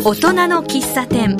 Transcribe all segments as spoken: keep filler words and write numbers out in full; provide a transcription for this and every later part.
大人の喫茶店。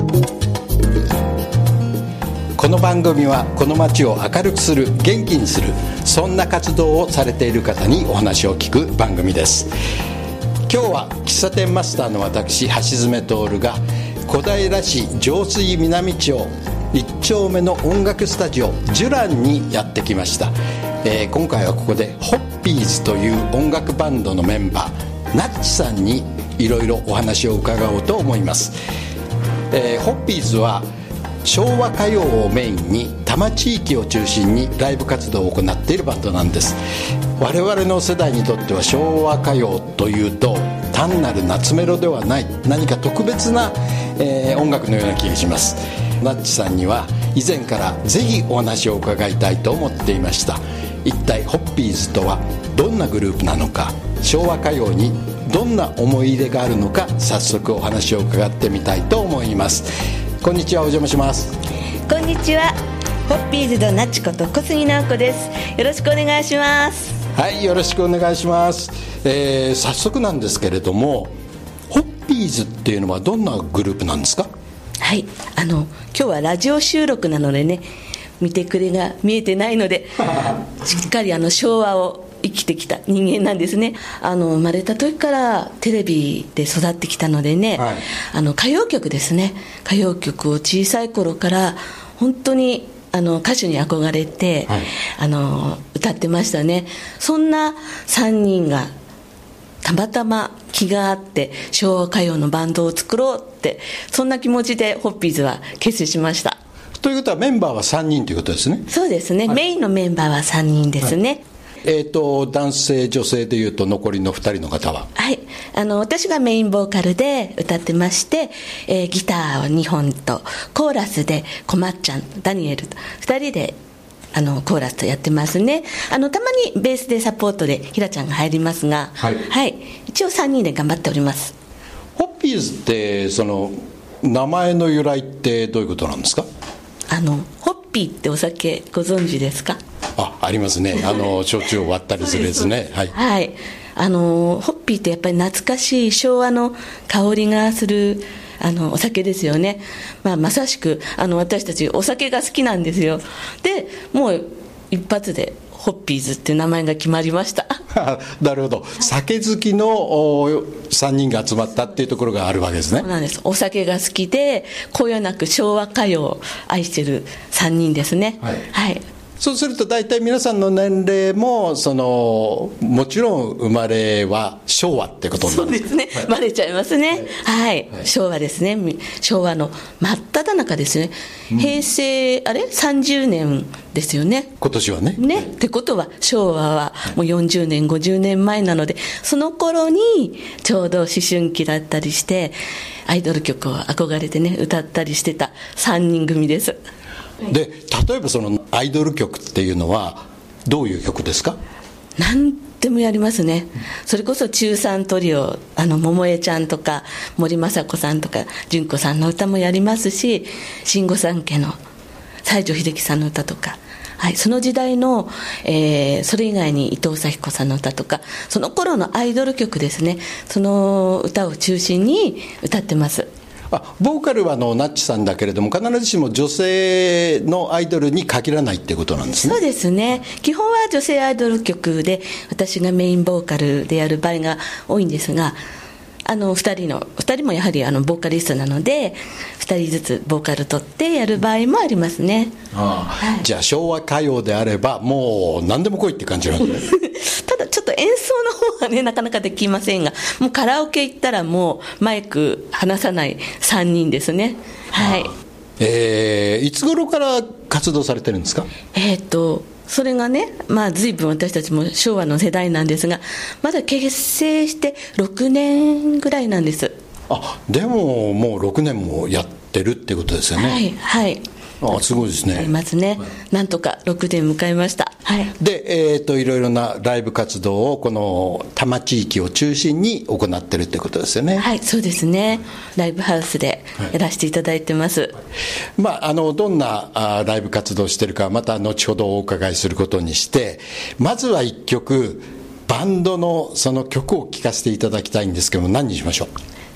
この番組はこの街を明るくする、元気にする、そんな活動をされている方にお話を聞く番組です。今日は喫茶店マスターの私橋爪徹が小平市上水南町いち丁目の音楽スタジオジュランにやってきました。えー、今回はここでホッピーズという音楽バンドのメンバーナッチさんにいろいろお話を伺おうと思います。えー、ホッピーズは昭和歌謡をメインに多摩地域を中心にライブ活動を行っているバンドなんです。我々の世代にとっては昭和歌謡というと単なる夏メロではない、何か特別な、えー、音楽のような気がします。ナッチさんには以前からぜひお話を伺いたいと思っていました。一体ホッピーズとはどんなグループなのか、昭和歌謡にどんな思い入れがあるのか、早速お話を伺ってみたいと思います。こんにちは、お邪魔します。 こんにちは、ホッピーズのナッチこと小杉直子です。よろしくお願いします。 はい、よろしくお願いします。えー、早速なんですけれども、ホッピーズっていうのはどんなグループなんですか？ はい、あの今日はラジオ収録なのでね、見てくれが見えてないのでしっかりあの昭和を生きてきた人間なんですね。あの生まれた時からテレビで育ってきたのでね、はい、あの歌謡曲ですね、歌謡曲を小さい頃から本当にあの歌手に憧れて、はい、あの歌ってましたね。そんなさんにんがたまたま気があって昭和歌謡のバンドを作ろうって、そんな気持ちでホッピーズは結成しました。 ということはメンバーはさんにんということですね。 そうですね、はい、メインのメンバーはさんにんですね。はい、 えー、と男性女性でいうと残りのふたりの方は、 はい、あの私がメインボーカルで歌ってまして、えー、ギターをにほんとコーラスでこまっちゃん、ダニエルとふたりであのコーラスとやってますね。あのたまにベースでサポートでひらちゃんが入りますが、はい、はい、一応さんにんで頑張っております。 ホッピーズってその名前の由来ってどういうことなんですか？ あのホッピーってお酒ご存知ですか？ あ、ありますね。あの焼酎を割ったりするですね。はい、 はい、あのホッピーってやっぱり懐かしい昭和の香りがするあのお酒ですよね。まあ、まさしくあの私たちお酒が好きなんですよ。でもう一発でホッピーズっていう名前が決まりました。 なるほど、酒好きのさんにんが集まったっていうところがあるわけですね。 そうなんです。お酒が好きでこよなく昭和歌謡を愛してるさんにんですね。はい、はい、 そうすると大体皆さんの年齢もそのもちろん生まれは昭和ってことになるんですか？ そうですね、はい、バレちゃいますね。はい、はいはい、昭和ですね。昭和の真っ只中ですね。平成、うん、あれさんじゅうねんですよね、今年はね。 ね、ってことは昭和はもうよんじゅうねんごじゅうねんまえなので、その頃にちょうど思春期だったりしてアイドル曲を憧れてね歌ったりしてたさんにん組です。 で、例えばそのアイドル曲っていうのはどういう曲ですか？ 何でもやりますね。それこそ中さんトリオ、あの桃江ちゃんとか森昌子さんとか純子さんの歌もやりますし、新御三家の西城秀樹さんの歌とか、はい、その時代の、えー、それ以外に伊藤咲子さんの歌とか、その頃のアイドル曲ですね、その歌を中心に歌ってます。 あ、ボーカルはあのナッチさんだけれども必ずしも女性のアイドルに限らないってことなんですね。 そうですね、基本は女性アイドル曲で私がメインボーカルでやる場合が多いんですが、あのふたりのふたりもやはりあのボーカリストなのでふたりずつボーカル取ってやる場合もありますね。 ああ、はい、じゃあ昭和歌謡であればもう何でも来いって感じなんですね。 ただちょっと演奏の方はねなかなかできませんが、もうカラオケ行ったらもうマイク離さないさんにんですね。はい。 えー、いつ頃から活動されてるんですか？ えーとそれがね、まあ、随分私たちも昭和の世代なんですが、まだ結成してろくねんぐらいなんです。 あ、でももうろくねんもやってるってことですよね。 はい、はい、 あ、すごいですね。 ありますね、はい、なんとかろくねん迎えました。はい、 で、えーと、いろいろなライブ活動をこの多摩地域を中心に行ってるってことですよね。 はい、そうですね、ライブハウスでやらせていただいてます。はい、 まあ、あのどんなあライブ活動をしているかまた後ほどお伺いすることにして、まずはいっきょくバンドのその曲を聴かせていただきたいんですけども、何にしましょう？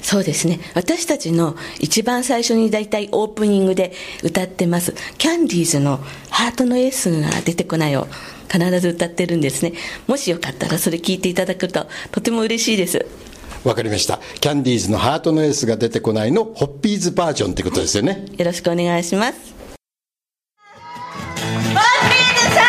そうですね、私たちの一番最初にだいたいオープニングで歌ってますキャンディーズのハートのエースが出てこないを必ず歌ってるんですね。もしよかったらそれ聞いていただくととても嬉しいです。 わかりました。キャンディーズのハートのエースが出てこないのホッピーズバージョンということですよね、はい、 よろしくお願いします。 ホッピーズ参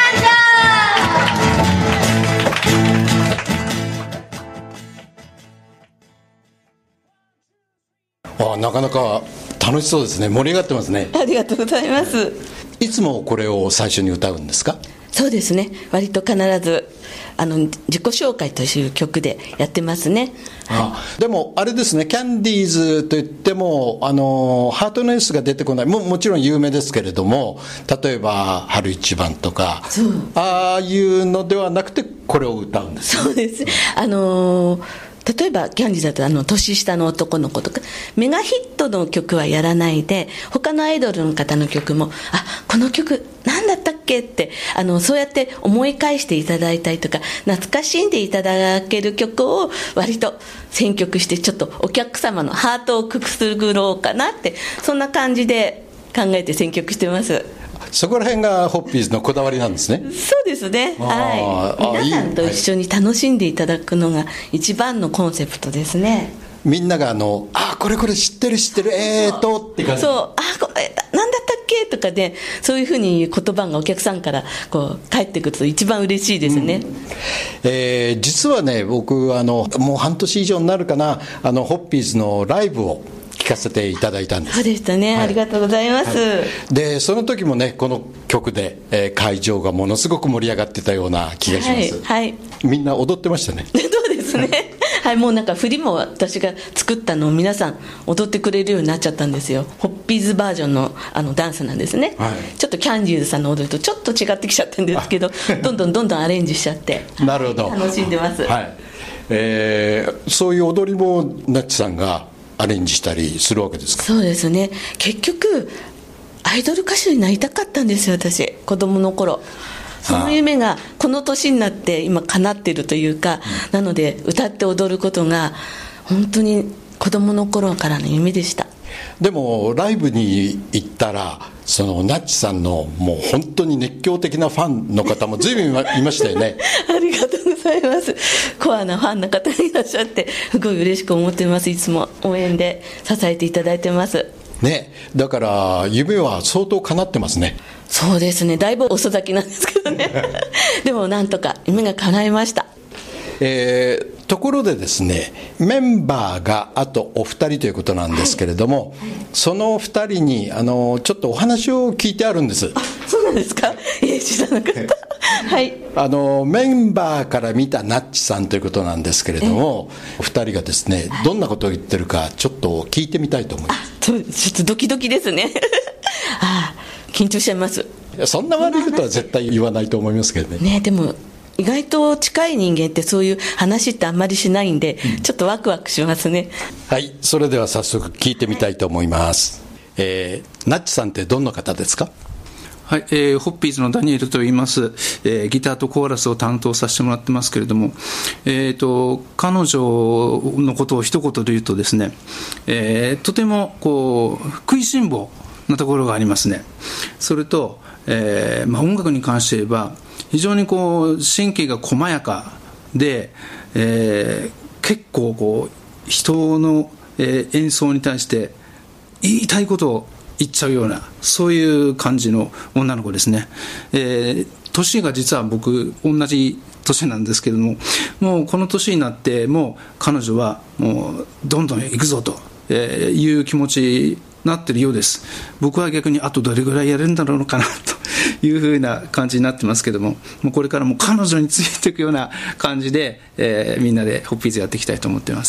上。あ、なかなか楽しそうですね。盛り上がってますね。 ありがとうございます。 いつもこれを最初に歌うんですか？ そうですね、割と必ずあの自己紹介という曲でやってますね。 ああ、でもあれですね、キャンディーズといってもあのハートのエースが出てこない も, もちろん有名ですけれども、例えば春一番とかああいうのではなくてこれを歌うんです、ね、 そうです、あのー例えばキャンディーだとあの年下の男の子とかメガヒットの曲はやらないで、他のアイドルの方の曲もあこの曲何だったっけってあのそうやって思い返していただいたりとか懐かしんでいただける曲を割と選曲してちょっとお客様のハートをくすぐろうかなって、そんな感じで考えて選曲してます。 そこら辺がホッピーズのこだわりなんですね。 そうですね、はい、皆さんと一緒に楽しんでいただくのが一番のコンセプトですね。 みんながあのあこれこれ知ってる知ってるえーとって感じ。 そうあこれ何だったっけとかで、そういうふうに言葉がお客さんからこう返ってくると一番嬉しいですね、うんえー、実はね僕あのもう半年以上になるかな、あのホッピーズのライブを聞かせていただいたんです。 そうでしたね、はい、ありがとうございます、はい、 でその時もねこの曲で、えー、会場がものすごく盛り上がってたような気がします、はいはい、みんな踊ってましたね。 そうですねはい、もうなんか振りも私が作ったのを皆さん踊ってくれるようになっちゃったんですよ。ホッピーズバージョン の, あのダンスなんですね、はい、ちょっとキャンディーズさんの踊りとちょっと違ってきちゃったんですけどどんどんどんどんアレンジしちゃってなるほど楽しんでます、 はいえー、そういう踊りもナッチさんがアレンジしたりするわけですか？ そうですね、結局アイドル歌手になりたかったんですよ私、子供の頃。その夢がこの年になって今叶っているというか、うん、なので歌って踊ることが本当に子供の頃からの夢でした。 でもライブに行ったらそのナッチさんのもう本当に熱狂的なファンの方も随分いましたよねありがとうございます。コアなファンの方がいらっしゃってすごい嬉しく思ってます。いつも応援で支えていただいてますね。だから夢は相当叶ってますね。 そうですね、だいぶ遅咲きなんですけどねでもなんとか夢が叶いました。 えー、ところでですね、メンバーがあとお二人ということなんですけれども、はいはい、そのお二人にあのちょっとお話を聞いてあるんです。 あ、そうなんですか。いえ、知らなかったはい、あのメンバーから見たナッチさんということなんですけれども、お二人がですねどんなことを言ってるかちょっと聞いてみたいと思います。 あ、ちょっとドキドキですねあ、緊張しちゃいます。 そんな悪いことは絶対言わないと思いますけどね。 ね、でも意外と近い人間ってそういう話ってあんまりしないんで、うん、ちょっとワクワクしますね。 はい、それでは早速聞いてみたいと思います、えー、ナッチさんってどんな方ですか？ はい、えー、ホッピーズのダニエルと言います、えー、ギターとコーラスを担当させてもらってますけれども、えーと、彼女のことを一言で言うとですね、えー、とてもこう食いしん坊なところがありますね。それと、えーまあ、音楽に関して言えば非常にこう神経が細やかで、えー、結構こう人の、えー、演奏に対して言いたいことを言っちゃうような、そういう感じの女の子ですね。えー、年が実は僕同じ年なんですけれども、もうこの年になってもう彼女はもうどんどん行くぞという気持ちになってるようです。僕は逆にあとどれぐらいやるんだろうかなというふうな感じになってますけども、もうこれからも彼女についていくような感じで、えー、みんなでホッピーズやっていきたいと思っています。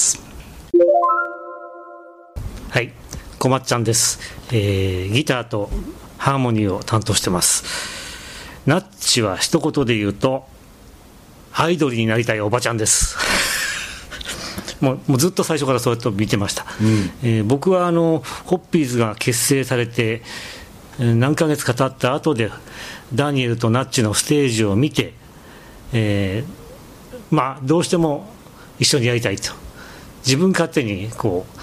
はい、こまっちゃんです、えー、ギターとハーモニーを担当してます。ナッチは一言で言うとアイドルになりたいおばちゃんですもう、もうずっと最初からそうやって見てました、うんえー、僕はあのホッピーズが結成されて何ヶ月か経った後でダニエルとナッチのステージを見て、えー、まあどうしても一緒にやりたいと自分勝手にこう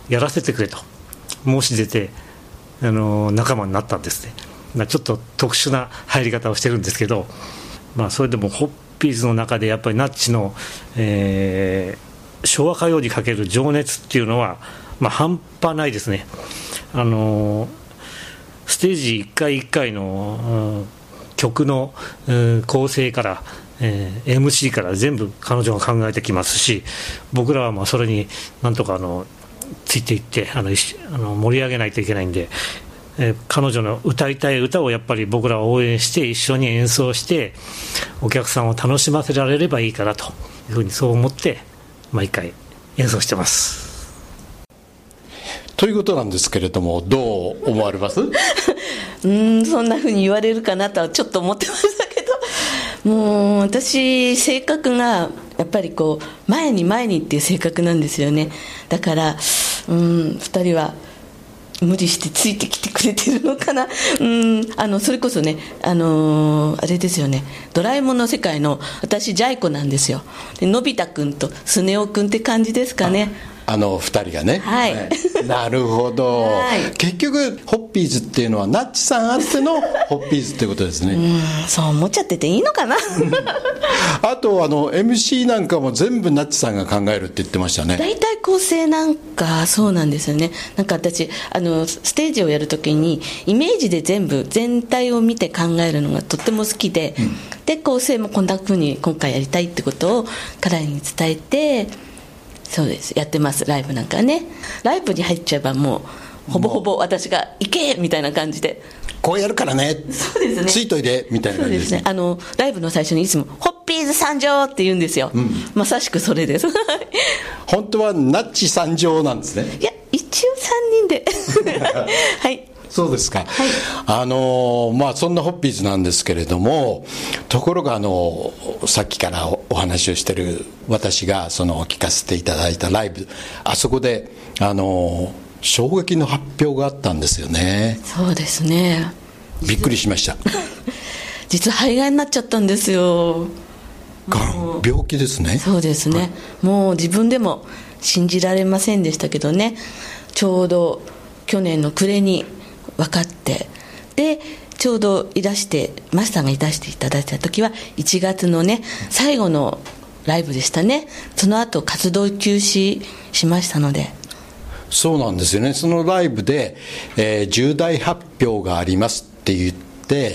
やらせてくれと申し出て、あの仲間になったんですね。ちょっと特殊な入り方をしてるんですけど、まあ、それでもホッピーズの中でやっぱりナッチの、えー、昭和歌謡にかける情熱っていうのは、まあ、半端ないですね。あのステージいっかいいっかいの、うん、曲の、うん、構成から、えー、エムシー から全部彼女が考えてきますし、僕らはまあそれになんとかあのついていってあのあの盛り上げないといけないんで、えー、彼女の歌いたい歌をやっぱり僕らは応援して一緒に演奏してお客さんを楽しませられればいいかなというふうにそう思って毎回演奏してます。 ということなんですけれども、どう思われますうーんそんなふうに言われるかなとはちょっと思ってましたけど、もう私性格がやっぱりこう前に前にっていう性格なんですよね。だからうんふたりは無理してついてきてくれてるのかな。うんあのそれこそね、あのー、あれですよね、ドラえもんの世界の私ジャイ子なんですよ。でのび太くんとスネ夫くんって感じですかね。 あのふたりがね、 はい、 なるほど、はい、結局ホッピーズっていうのはナッチさんあってのホッピーズっていうことですね。 うんそう思っちゃってていいのかなあとあの エムシー なんかも全部ナッチさんが考えるって言ってましたね。 大体構成なんかそうなんですよね。なんか私あのステージをやるときにイメージで全部全体を見て考えるのがとっても好きで、うん、で構成もこんな風に今回やりたいってことを彼に伝えて、そうですやってます。ライブなんかね、ライブに入っちゃえばもうほぼほぼ私が行けみたいな感じでこうやるからね、そうですね、ついといでみたいな感じですね。 そうですね、あのライブの最初にいつもホッピーズ参上って言うんですよ、うん、まさしくそれです本当はナッチ参上なんですね。 いや一応さんにんではいそうですか、はい、あのまあそんなホッピーズなんですけれども、ところがあのさっきからお話をしてる私がその聞かせていただいたライブ、あそこであの衝撃の発表があったんですよね。 そうですね、 びっくりしました実は肺がんになっちゃったんですよ。 がん病気ですね。 そうですね、はい、もう自分でも信じられませんでしたけどね、ちょうど去年の暮れに分かって、でちょうどいらしてマスターがいらしていただいた時はいちがつのね最後のライブでしたね。その後活動休止しましたので。 そうなんですよね。そのライブで、えー、重大発表がありますって言って、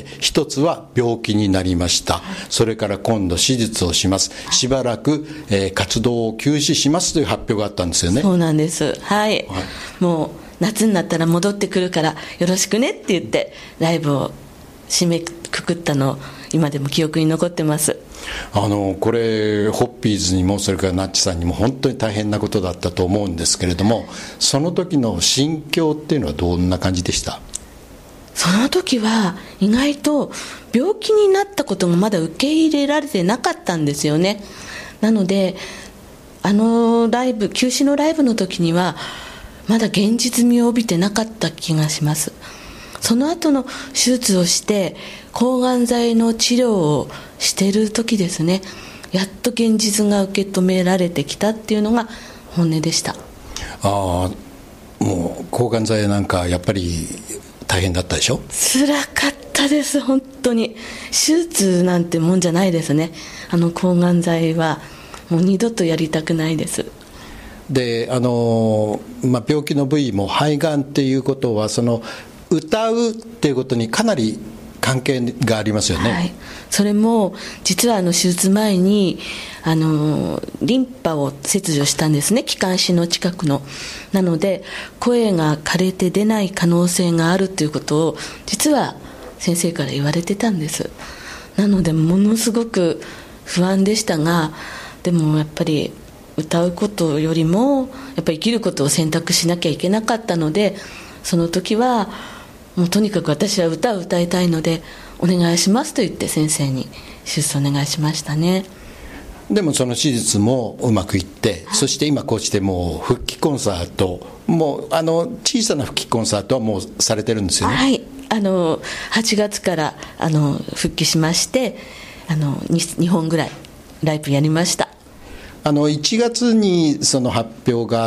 一つは病気になりました、それから今度手術をします、しばらく、えー、活動を休止しますという発表があったんですよね。 そうなんです、はい、はい、もう夏になったら戻ってくるからよろしくねって言ってライブを締めくくったのを今でも記憶に残ってます。 あのこれホッピーズにもそれからナッチさんにも本当に大変なことだったと思うんですけれども、その時の心境っていうのはどんな感じでした？ その時は意外と病気になったことがまだ受け入れられてなかったんですよね。なのであのライブ休止のライブの時にはまだ現実味を帯びてなかった気がします。その後の手術をして抗がん剤の治療をしている時ですね、やっと現実が受け止められてきたっていうのが本音でした。ああ、もう抗がん剤なんかやっぱり大変だったでしょ？ 辛かったです。本当に手術なんてもんじゃないですね。あの抗がん剤はもう二度とやりたくないです。 であの、まあ、病気の部位も肺がんっていうことはその歌うっていうことにかなり関係がありますよね。はい、 それも実はあの手術前にあのリンパを切除したんですね、気管支の近くの。なので声が枯れて出ない可能性があるということを実は先生から言われてたんです。なのでものすごく不安でしたが、でもやっぱり歌うことよりもやっぱり生きることを選択しなきゃいけなかったので、その時はもうとにかく私は歌を歌いたいのでお願いしますと言って先生に手術お願いしましたね。 でもその手術もうまくいって、はい、そして今こうしてもう復帰コンサートもうあの小さな復帰コンサートはもうされてるんですよね。 はい、あのはちがつからあの復帰しまして、あの 2, にほんぐらいライブやりました。 あのいちがつにその発表があって、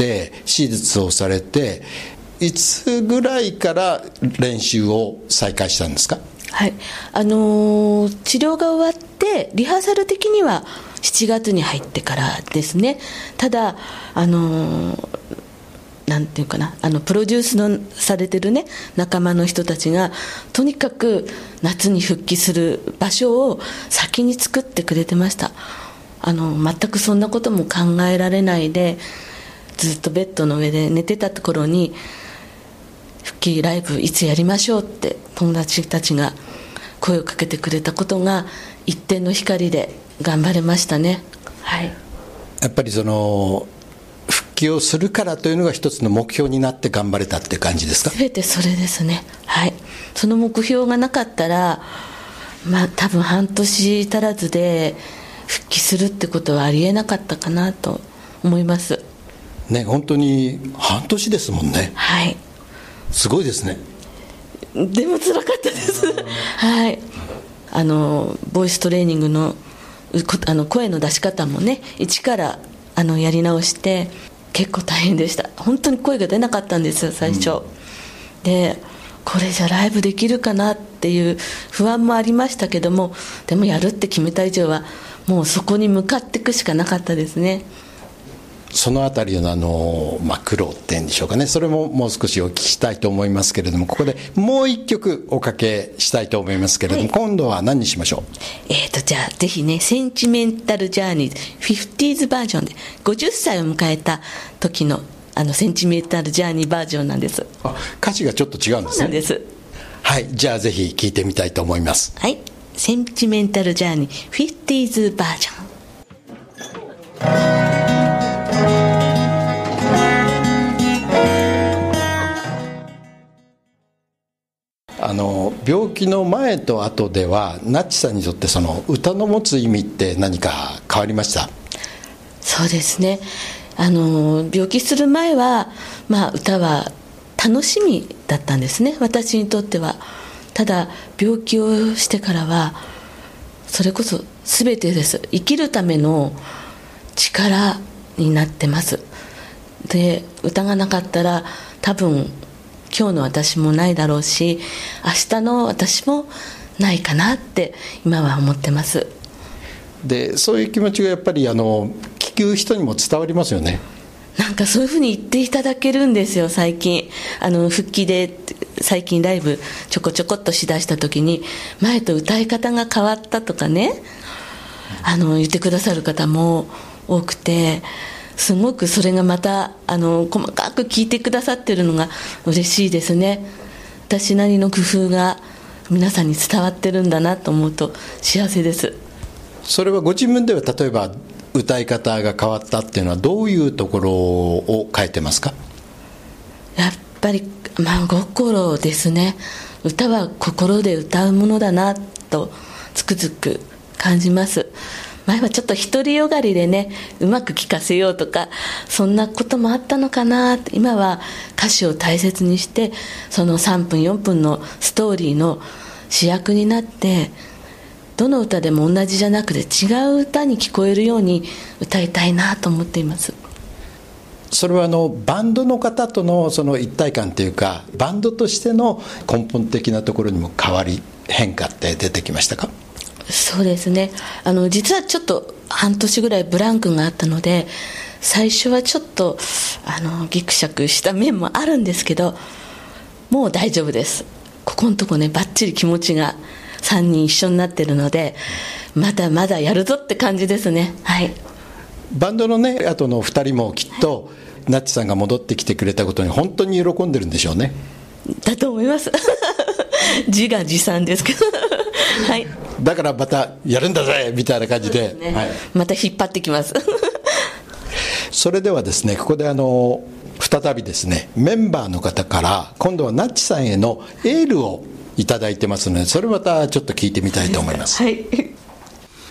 て手術をされて、いつぐらいから練習を再開したんですか？ はい、あのー、治療が終わってリハーサル的にはしちがつに入ってからですね。ただ、あのー、なんていうかな、あのプロデュースのされてるね仲間の人たちがとにかく夏に復帰する場所を先に作ってくれてました。あの全くそんなことも考えられないで、ずっとベッドの上で寝てたところに、復帰ライブいつやりましょうって友達たちが声をかけてくれたことが一点の光で頑張れましたね。はい、 やっぱりその復帰をするからというのが一つの目標になって頑張れたっていう感じですか？ 全てそれですね。はい、その目標がなかったら、まあ多分半年足らずで復帰するってことはありえなかったかなと思いますね。本当に半年ですもんね。 はい、 すごいですね。 でも辛かったですはい、あのボイストレーニングのあの声の出し方もね、一からあのやり直して結構大変でした。本当に声が出なかったんですよ最初、うん、でこれじゃライブできるかなっていう不安もありましたけども、でもやるって決めた以上はもうそこに向かっていくしかなかったですね。 そのあたりのあの、まあ、苦労っていうんでしょうかね、それももう少しお聞きしたいと思いますけれども、ここでもう一曲おかけしたいと思いますけれども、はい、今度は何にしましょう？ えーとじゃあぜひね、センチメンタルジャーニーフィフティーズバージョンでごじゅっさいを迎えた時のあのセンチメンタルジャーニーバージョンなんです。 あ、歌詞がちょっと違うんですね。 そうなんです。 はい、じゃあぜひ聴いてみたいと思います。 はい、センチメンタルジャーニーフィフティーズバージョン。 あの病気の前と後ではナッチさんにとってその歌の持つ意味って何か変わりました？ そうですね、あの病気する前は、まあ、歌は楽しみだったんですね、私にとっては。ただ病気をしてからはそれこそ全てです。生きるための力になってます。で、歌がなかったら多分今日の私もないだろうし、明日の私もないかなって今は思ってます。 で、そういう気持ちがやっぱりあの聞く人にも伝わりますよね。 なんかそういうふうに言っていただけるんですよ。最近あの復帰で最近ライブちょこちょこっとしだした時に、前と歌い方が変わったとかね、あの言ってくださる方も多くて、すごくそれがまたあの細かく聞いてくださってるのが嬉しいですね。私なりの工夫が皆さんに伝わってるんだなと思うと幸せです。 それはご自分では例えば歌い方が変わったっていうのはどういうところを変えてますか？ やっぱり真心ですね。歌は心で歌うものだなとつくづく感じます。前はちょっと独りよがりでね、うまく聴かせようとかそんなこともあったのかな。今は歌詞を大切にして、そのさんぷんよんぷんのストーリーの主役になって、どの歌でも同じじゃなくて違う歌に聞こえるように歌いたいなと思っています。 それはあのバンドの方とのその一体感というか、バンドとしての根本的なところにも変わり変化って出てきましたか？ そうですね、あの実はちょっと半年ぐらいブランクがあったので、最初はちょっとあのギクシャクした面もあるんですけど、もう大丈夫です。ここのとこね、バッチリ気持ちがさんにん一緒になってるので、まだまだやるぞって感じですね。はい、 バンドのね後のふたりもきっと、はい、ナッチさんが戻ってきてくれたことに本当に喜んでるんでしょうね。 だと思います自画自賛ですけどはい、 だからまたやるんだぜみたいな感じ で, で、ね、 はい、 また引っ張ってきますそれではですね、ここであの再びですね、メンバーの方から今度はナッチさんへのエールをいただいてますので、それまたちょっと聞いてみたいと思います。 はい、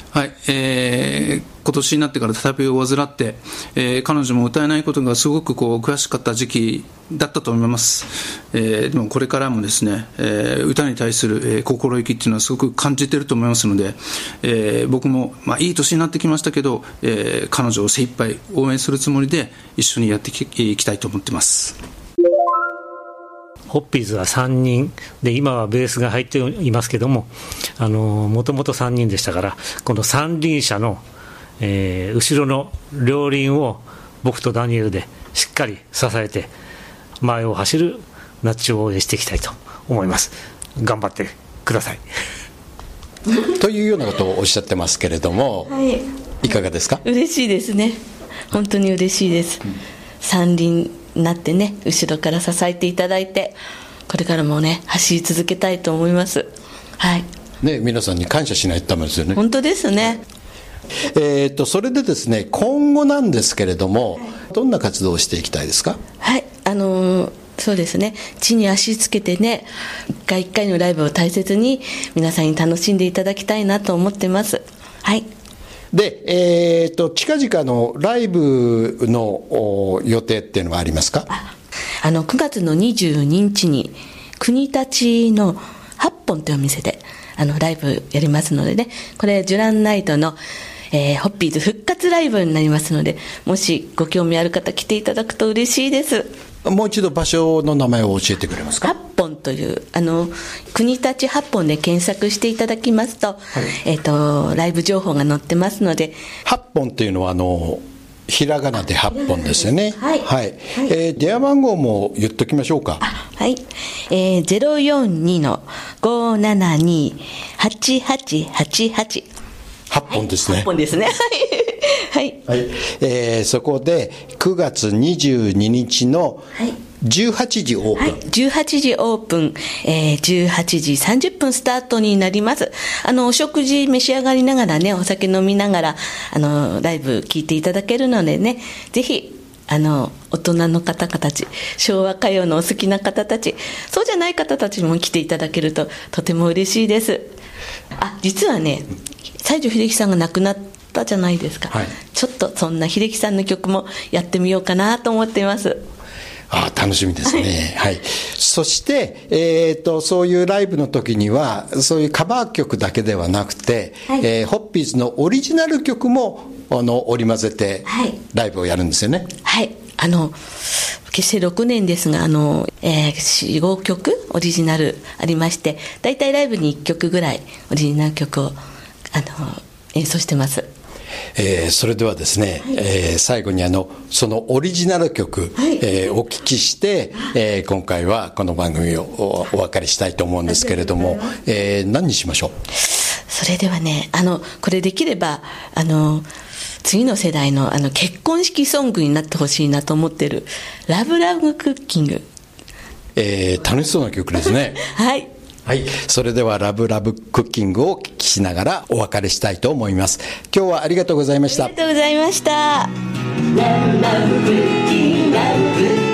はい、えー、今年になってから再びを患って、えー、彼女も歌えないことがすごくこう悔しかった時期だったと思います、えー、でもこれからもですね、えー、歌に対する、えー、心意気っていうのはすごく感じていると思いますので、えー、僕も、まあ、いい年になってきましたけど、えー、彼女を精一杯応援するつもりで一緒にやっていきたいと思ってます。 ホッピーズはさんにんで、今はベースが入っていますけども、あのもともとさんにんでしたから、この三輪車の、えー、後ろの両輪を僕とダニエルでしっかり支えて前を走るナッチを応援していきたいと思います。頑張ってくださいというようなことをおっしゃってますけれども、はい、いかがですか？ 嬉しいですね、本当に嬉しいです、うん、三輪なってね、後ろから支えていただいて、これからもね走り続けたいと思います。はいね、皆さんに感謝しないとダメですよね。 本当ですね。 えー、とそれでですね、今後なんですけれども、はい、どんな活動をしていきたいですか？ はい、あのー、そうですね、地に足つけてね、一回一回のライブを大切に皆さんに楽しんでいただきたいなと思ってます。はい。 で、えー、と近々のライブの予定っていうのはありますか？ ああのくがつのにじゅうににちに国立のはっぽんというお店であのライブやりますのでね、これジュランナイトの、えー、ホッピーズ復活ライブになりますので、もしご興味ある方来ていただくと嬉しいです。 もう一度場所の名前を教えてくれますか？ はっぽんというあの国立はっぽんで検索していただきますと、はい、えーとライブ情報が載ってますので。 はっぽんというのはあのひらがなではっぽんですよね。 はい、 はい、えー、電話番号も言っときましょうか。 はい、えー、ゼロよんにのごーななにはちはちはちはち。 はっぽんですね。 はっぽんですね。はい、 はい、えー、そこでくがつにじゅうににちのじゅうはちじオープン、はい、 じゅうはちじオープン、えー、じゅうはちじさんじゅっぷんスタートになります。あのお食事召し上がりながらね、お酒飲みながらあのライブ聞いていただけるのでね、ぜひあの大人の方たち、昭和歌謡のお好きな方たち、そうじゃない方たちも来ていただけるととても嬉しいです。あ、実はね、西城秀樹さんが亡くなったじゃないですか、はい、ちょっとそんな秀樹さんの曲もやってみようかなと思っています。 ああ、楽しみですね。はい、はい、そして、えー、とそういうライブの時にはそういうカバー曲だけではなくて、はい、えー、ホッピーズのオリジナル曲もあの織り交ぜてライブをやるんですよね。 はい、はい、あの結成ろくねんですが、あの、えー、よん、ごきょくオリジナルありまして、だいたいライブにいっきょくぐらいオリジナル曲をあの演奏してます。 えー、それではですね、はい、えー、最後にあのそのオリジナル曲、はい、えー、お聞きして、えー、今回はこの番組を お, お別れしたいと思うんですけれども、えー、何にしましょう？ それではね、あのこれできればあの次の世代 の, あの結婚式ソングになってほしいなと思ってるラブラブクッキング、 えー、楽しそうな曲ですね。 はい、 はい、それではラブラブクッキングをお聞きしながらお別れしたいと思います。今日はありがとうございました。 ありがとうございました。ラブラブクッキング